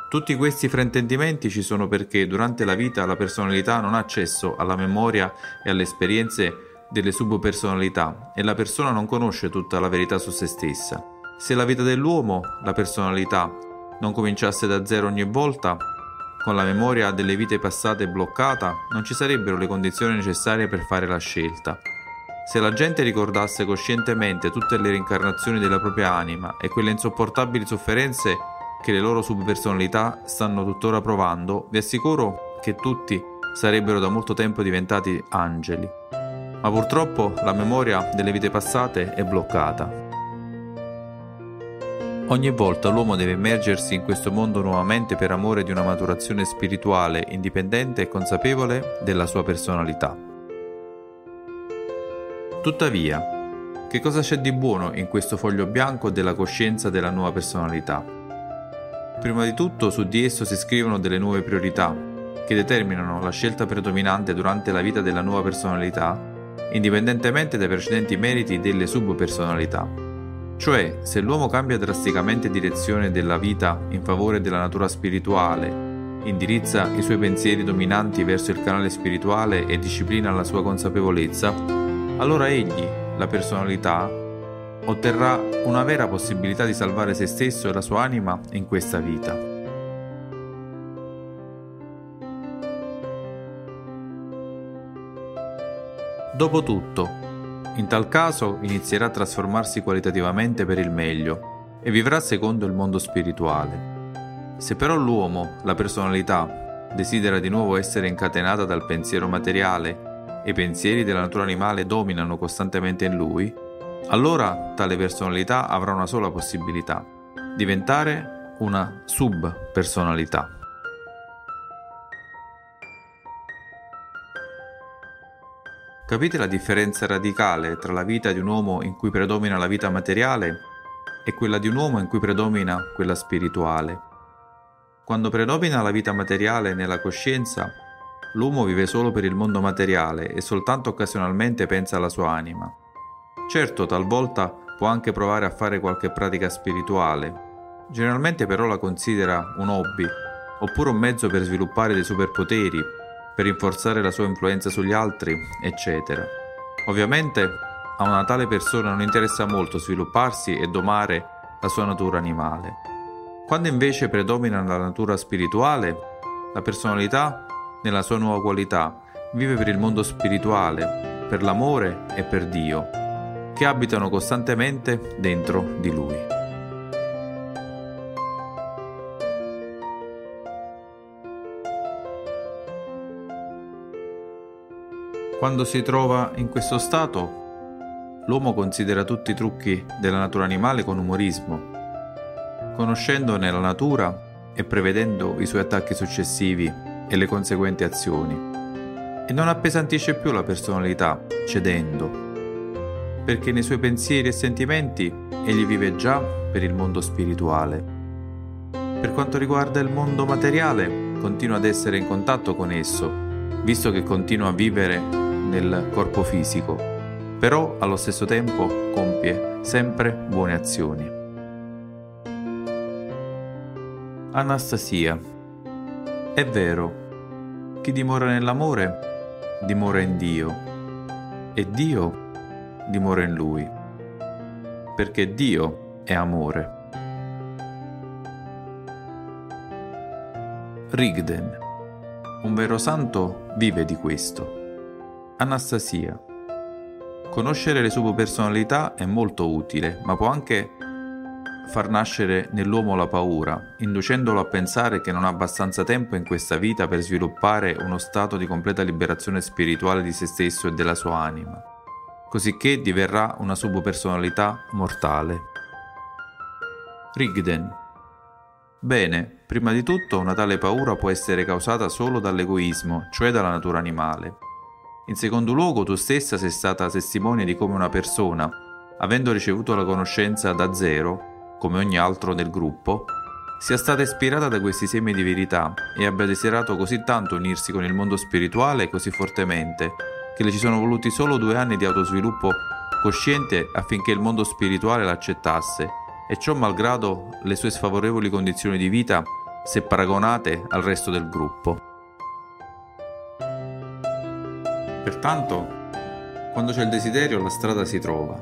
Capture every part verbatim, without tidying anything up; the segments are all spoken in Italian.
Tutti questi fraintendimenti ci sono perché durante la vita la personalità non ha accesso alla memoria e alle esperienze delle subpersonalità e la persona non conosce tutta la verità su se stessa. Se la vita dell'uomo, la personalità, non cominciasse da zero ogni volta, con la memoria delle vite passate bloccata, non ci sarebbero le condizioni necessarie per fare la scelta. Se la gente ricordasse coscientemente tutte le reincarnazioni della propria anima e quelle insopportabili sofferenze che le loro subpersonalità stanno tuttora provando, vi assicuro che tutti sarebbero da molto tempo diventati angeli. Ma purtroppo la memoria delle vite passate è bloccata. Ogni volta l'uomo deve immergersi in questo mondo nuovamente per amore di una maturazione spirituale indipendente e consapevole della sua personalità. Tuttavia, che cosa c'è di buono in questo foglio bianco della coscienza della nuova personalità? Prima di tutto, su di esso si scrivono delle nuove priorità che determinano la scelta predominante durante la vita della nuova personalità, indipendentemente dai precedenti meriti delle subpersonalità. Cioè, se l'uomo cambia drasticamente direzione della vita in favore della natura spirituale, indirizza i suoi pensieri dominanti verso il canale spirituale e disciplina la sua consapevolezza, allora egli, la personalità, otterrà una vera possibilità di salvare se stesso e la sua anima in questa vita. Dopotutto, in tal caso inizierà a trasformarsi qualitativamente per il meglio e vivrà secondo il mondo spirituale. Se però l'uomo, la personalità, desidera di nuovo essere incatenata dal pensiero materiale e i pensieri della natura animale dominano costantemente in lui, allora tale personalità avrà una sola possibilità: diventare una subpersonalità. Capite la differenza radicale tra la vita di un uomo in cui predomina la vita materiale e quella di un uomo in cui predomina quella spirituale? Quando predomina la vita materiale nella coscienza, l'uomo vive solo per il mondo materiale e soltanto occasionalmente pensa alla sua anima. Certo, talvolta può anche provare a fare qualche pratica spirituale, generalmente però la considera un hobby, oppure un mezzo per sviluppare dei superpoteri, per rinforzare la sua influenza sugli altri, eccetera. Ovviamente a una tale persona non interessa molto svilupparsi e domare la sua natura animale. Quando invece predomina la natura spirituale, la personalità, nella sua nuova qualità, vive per il mondo spirituale, per l'amore e per Dio, che abitano costantemente dentro di lui. Quando si trova in questo stato, l'uomo considera tutti i trucchi della natura animale con umorismo, conoscendone la natura e prevedendo i suoi attacchi successivi e le conseguenti azioni, e non appesantisce più la personalità, cedendo, perché nei suoi pensieri e sentimenti egli vive già per il mondo spirituale. Per quanto riguarda il mondo materiale, continua ad essere in contatto con esso, visto che continua a vivere nel corpo fisico, però allo stesso tempo compie sempre buone azioni. Anastasia. È vero, chi dimora nell'amore dimora in Dio, e Dio dimora in lui, perché Dio è amore. Rigden. Un vero santo vive di questo. Anastasia. Conoscere le subpersonalità è molto utile, ma può anche far nascere nell'uomo la paura, inducendolo a pensare che non ha abbastanza tempo in questa vita per sviluppare uno stato di completa liberazione spirituale di se stesso e della sua anima, cosicché diverrà una subpersonalità mortale. Rigden. Bene, prima di tutto una tale paura può essere causata solo dall'egoismo, cioè dalla natura animale. In secondo luogo, tu stessa sei stata testimone di come una persona, avendo ricevuto la conoscenza da zero, come ogni altro nel gruppo, sia stata ispirata da questi semi di verità e abbia desiderato così tanto unirsi con il mondo spirituale così fortemente, che le ci sono voluti solo due anni di autosviluppo cosciente affinché il mondo spirituale l'accettasse, e ciò malgrado le sue sfavorevoli condizioni di vita se paragonate al resto del gruppo. Pertanto, quando c'è il desiderio, la strada si trova.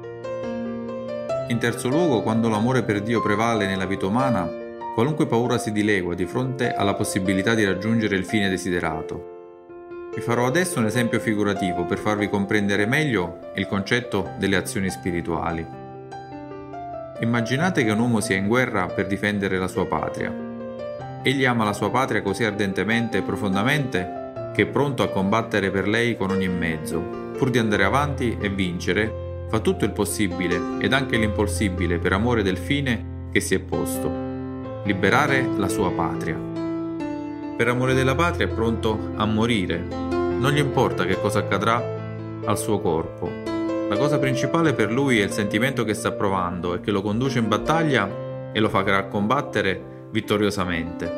In terzo luogo, quando l'amore per Dio prevale nella vita umana, qualunque paura si dilegua di fronte alla possibilità di raggiungere il fine desiderato. Vi farò adesso un esempio figurativo per farvi comprendere meglio il concetto delle azioni spirituali. Immaginate che un uomo sia in guerra per difendere la sua patria. Egli ama la sua patria così ardentemente e profondamente che è pronto a combattere per lei con ogni mezzo. Pur di andare avanti e vincere, fa tutto il possibile ed anche l'impossibile per amore del fine che si è posto: liberare la sua patria. Per amore della patria è pronto a morire. Non gli importa che cosa accadrà al suo corpo. La cosa principale per lui è il sentimento che sta provando e che lo conduce in battaglia e lo farà combattere vittoriosamente.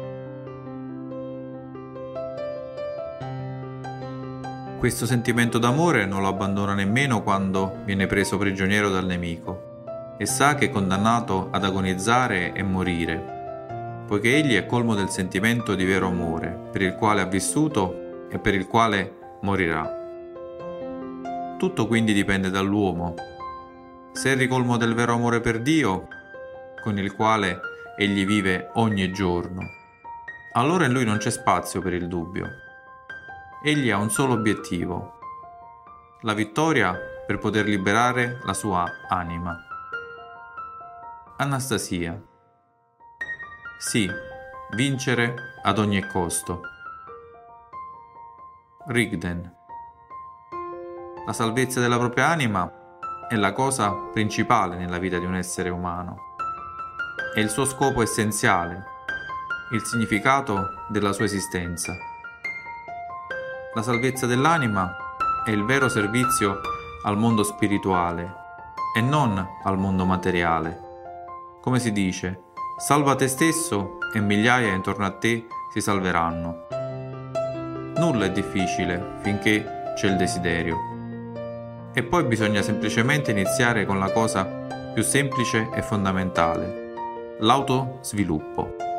Questo sentimento d'amore non lo abbandona nemmeno quando viene preso prigioniero dal nemico e sa che è condannato ad agonizzare e morire, poiché egli è colmo del sentimento di vero amore, per il quale ha vissuto e per il quale morirà. Tutto quindi dipende dall'uomo. Se è ricolmo del vero amore per Dio, con il quale egli vive ogni giorno, allora in lui non c'è spazio per il dubbio. Egli ha un solo obiettivo: la vittoria per poter liberare la sua anima. Anastasia. Sì, vincere ad ogni costo. Rigden. La salvezza della propria anima è la cosa principale nella vita di un essere umano. È il suo scopo essenziale, il significato della sua esistenza. La salvezza dell'anima è il vero servizio al mondo spirituale e non al mondo materiale. Come si dice, salva te stesso e migliaia intorno a te si salveranno. Nulla è difficile finché c'è il desiderio. E poi bisogna semplicemente iniziare con la cosa più semplice e fondamentale: l'autosviluppo.